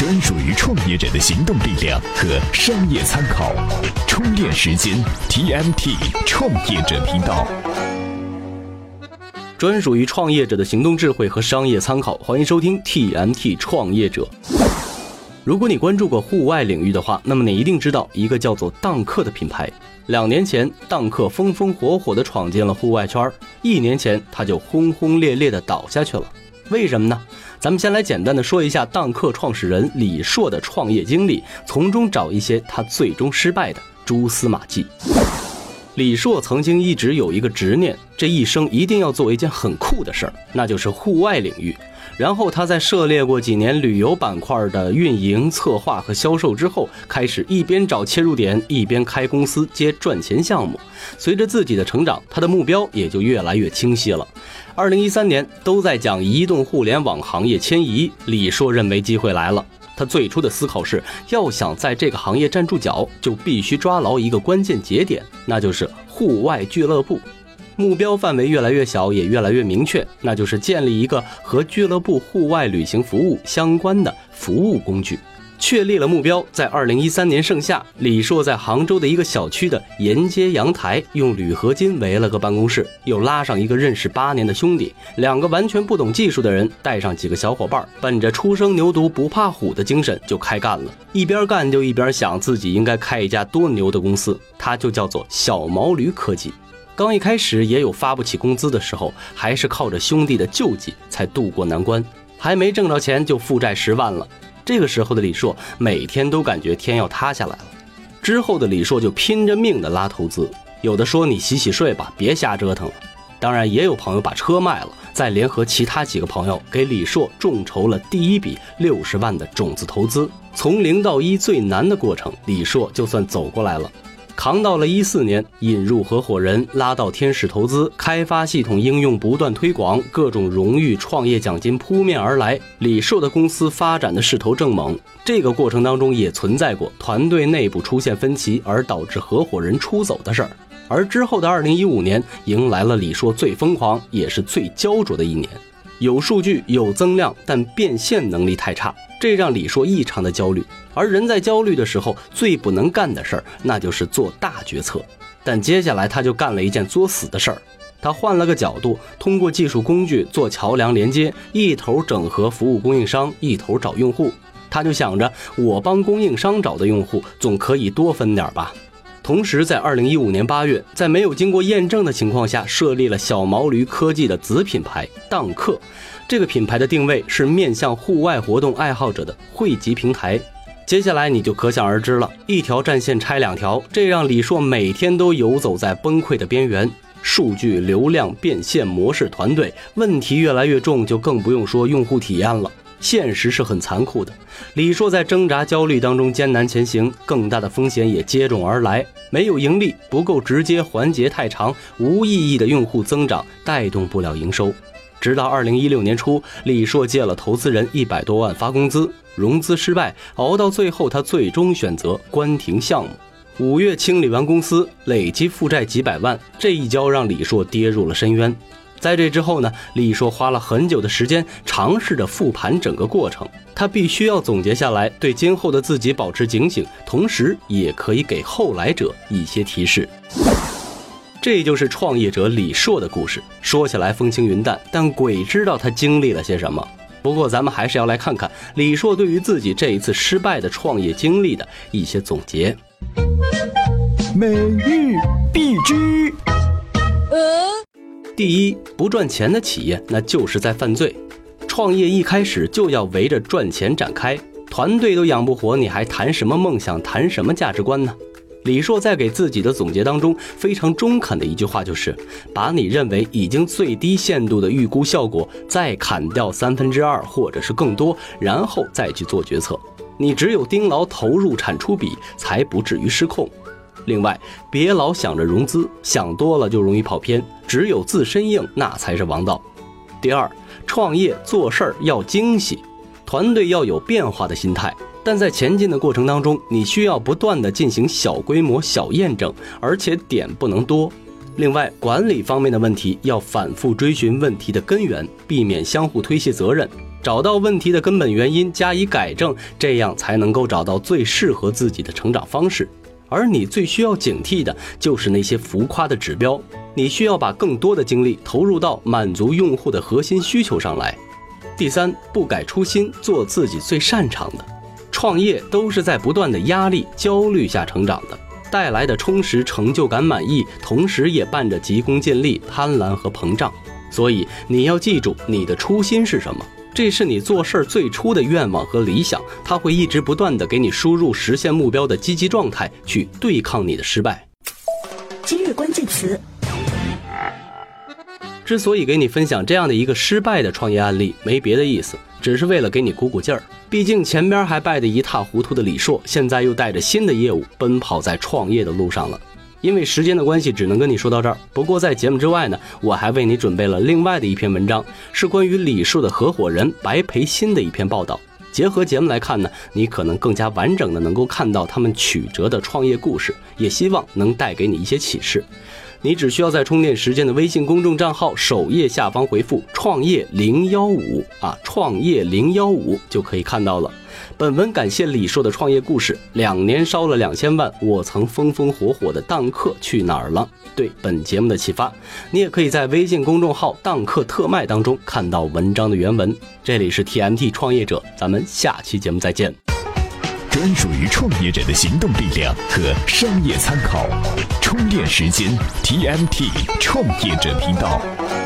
专属于创业者的行动力量和商业参考。充电时间 TMT 创业者频道， 专属于创业者的行动智慧和商业参考。欢迎收听 TMT 创业者。如果你关注过户外领域的话，那么你一定知道一个叫做当客的品牌。2年前，当客风风火火地闯进了户外圈，1年前他就轰轰烈烈地倒下去了。为什么呢？咱们先来简单的说一下当客创始人李硕的创业经历，从中找一些他最终失败的蛛丝马迹。李硕曾经一直有一个执念，这一生一定要做一件很酷的事儿，那就是户外领域。然后他在涉猎过几年旅游板块的运营、策划和销售之后，开始一边找切入点，一边开公司接赚钱项目。随着自己的成长，他的目标也就越来越清晰了。2013年，都在讲移动互联网行业迁移，李硕认为机会来了。他最初的思考是，要想在这个行业站住脚，就必须抓牢一个关键节点，那就是户外俱乐部。目标范围越来越小，也越来越明确，那就是建立一个和俱乐部户外旅行服务相关的服务工具。确立了目标，在2013年盛夏，李硕在杭州的一个小区的沿街阳台用铝合金围了个办公室，又拉上一个认识8年的兄弟，2个完全不懂技术的人，带上几个小伙伴，奔着初生牛犊不怕虎的精神就开干了。一边干就一边想自己应该开一家多牛的公司，它就叫做小毛驴科技。刚一开始也有发不起工资的时候，还是靠着兄弟的救济才渡过难关，还没挣着钱就负债10万了。这个时候的李硕每天都感觉天要塌下来了。之后的李硕就拼着命的拉投资，有的说你洗洗睡吧，别瞎折腾了。当然也有朋友把车卖了，再联合其他几个朋友给李硕众筹了第一笔60万的种子投资。从0到1最难的过程，李硕就算走过来了。扛到了14年，引入合伙人，拉到天使投资，开发系统应用不断推广，各种荣誉创业奖金扑面而来，李硕的公司发展的势头正猛。这个过程当中也存在过团队内部出现分歧而导致合伙人出走的事儿。而之后的2015年迎来了李硕最疯狂也是最焦灼的一年，有数据有增量，但变现能力太差，这让李硕异常的焦虑。而人在焦虑的时候最不能干的事儿，那就是做大决策。但接下来他就干了一件作死的事儿，他换了个角度，通过技术工具做桥梁连接，一头整合服务供应商，一头找用户。他就想着，我帮供应商找的用户总可以多分点吧。同时在2015年8月，在没有经过验证的情况下，设立了小毛驴科技的子品牌当客。这个品牌的定位是面向户外活动爱好者的汇集平台。接下来你就可想而知了，一条战线拆2条，这让李硕每天都游走在崩溃的边缘。数据、流量、变现模式、团队问题越来越重，就更不用说用户体验了。现实是很残酷的，李硕在挣扎焦虑当中艰难前行，更大的风险也接踵而来。没有盈利，不够直接，环节太长，无意义的用户增长带动不了营收。直到2016年初，李硕借了投资人100多万发工资，融资失败，熬到最后他最终选择关停项目。5月清理完公司，累计负债几百万，这一跤让李硕跌入了深渊。在这之后呢，李硕花了很久的时间尝试着复盘整个过程，他必须要总结下来，对今后的自己保持警醒，同时也可以给后来者一些提示。这就是创业者李硕的故事，说起来风轻云淡，但鬼知道他经历了些什么。不过咱们还是要来看看李硕对于自己这一次失败的创业经历的一些总结。 每日必知。 第一，不赚钱的企业那就是在犯罪。创业一开始就要围着赚钱展开，团队都养不活，你还谈什么梦想，谈什么价值观呢？李硕在给自己的总结当中非常中肯的一句话就是，把你认为已经最低限度的预估效果再砍掉2/3或者是更多，然后再去做决策。你只有盯牢投入产出比，才不至于失控。另外，别老想着融资，想多了就容易跑偏，只有自身硬，那才是王道。第二，创业做事儿要惊喜，团队要有变化的心态，但在前进的过程当中，你需要不断的进行小规模小验证，而且点不能多。另外，管理方面的问题要反复追寻问题的根源，避免相互推卸责任。 找到问题的根本原因，加以改正，这样才能够找到最适合自己的成长方式。而你最需要警惕的就是那些浮夸的指标，你需要把更多的精力投入到满足用户的核心需求上来。第三，不改初心，做自己最擅长的。创业都是在不断的压力、焦虑下成长的，带来的充实、成就感、满意，同时也伴着急功近利、贪婪和膨胀。所以你要记住你的初心是什么，这是你做事最初的愿望和理想，它会一直不断的给你输入实现目标的积极状态，去对抗你的失败。 今日关键词。 之所以给你分享这样的一个失败的创业案例，没别的意思，只是为了给你鼓鼓劲儿。毕竟前边还败得一塌糊涂的李硕，现在又带着新的业务奔跑在创业的路上了。因为时间的关系，只能跟你说到这儿。不过在节目之外呢，我还为你准备了另外的一篇文章，是关于李硕的合伙人白培新的一篇报道。结合节目来看呢，你可能更加完整的能够看到他们曲折的创业故事，也希望能带给你一些启示。你只需要在充电时间的微信公众账号首页下方回复创业015创业015就可以看到了。本文感谢李硕的创业故事，2年烧了2000万，我曾风风火火的当客去哪儿了，对本节目的启发。你也可以在微信公众号当客特卖当中看到文章的原文。这里是 TMT 创业者，咱们下期节目再见。 专属于创业者的行动力量和商业参考，充电时间 TMT 创业者频道。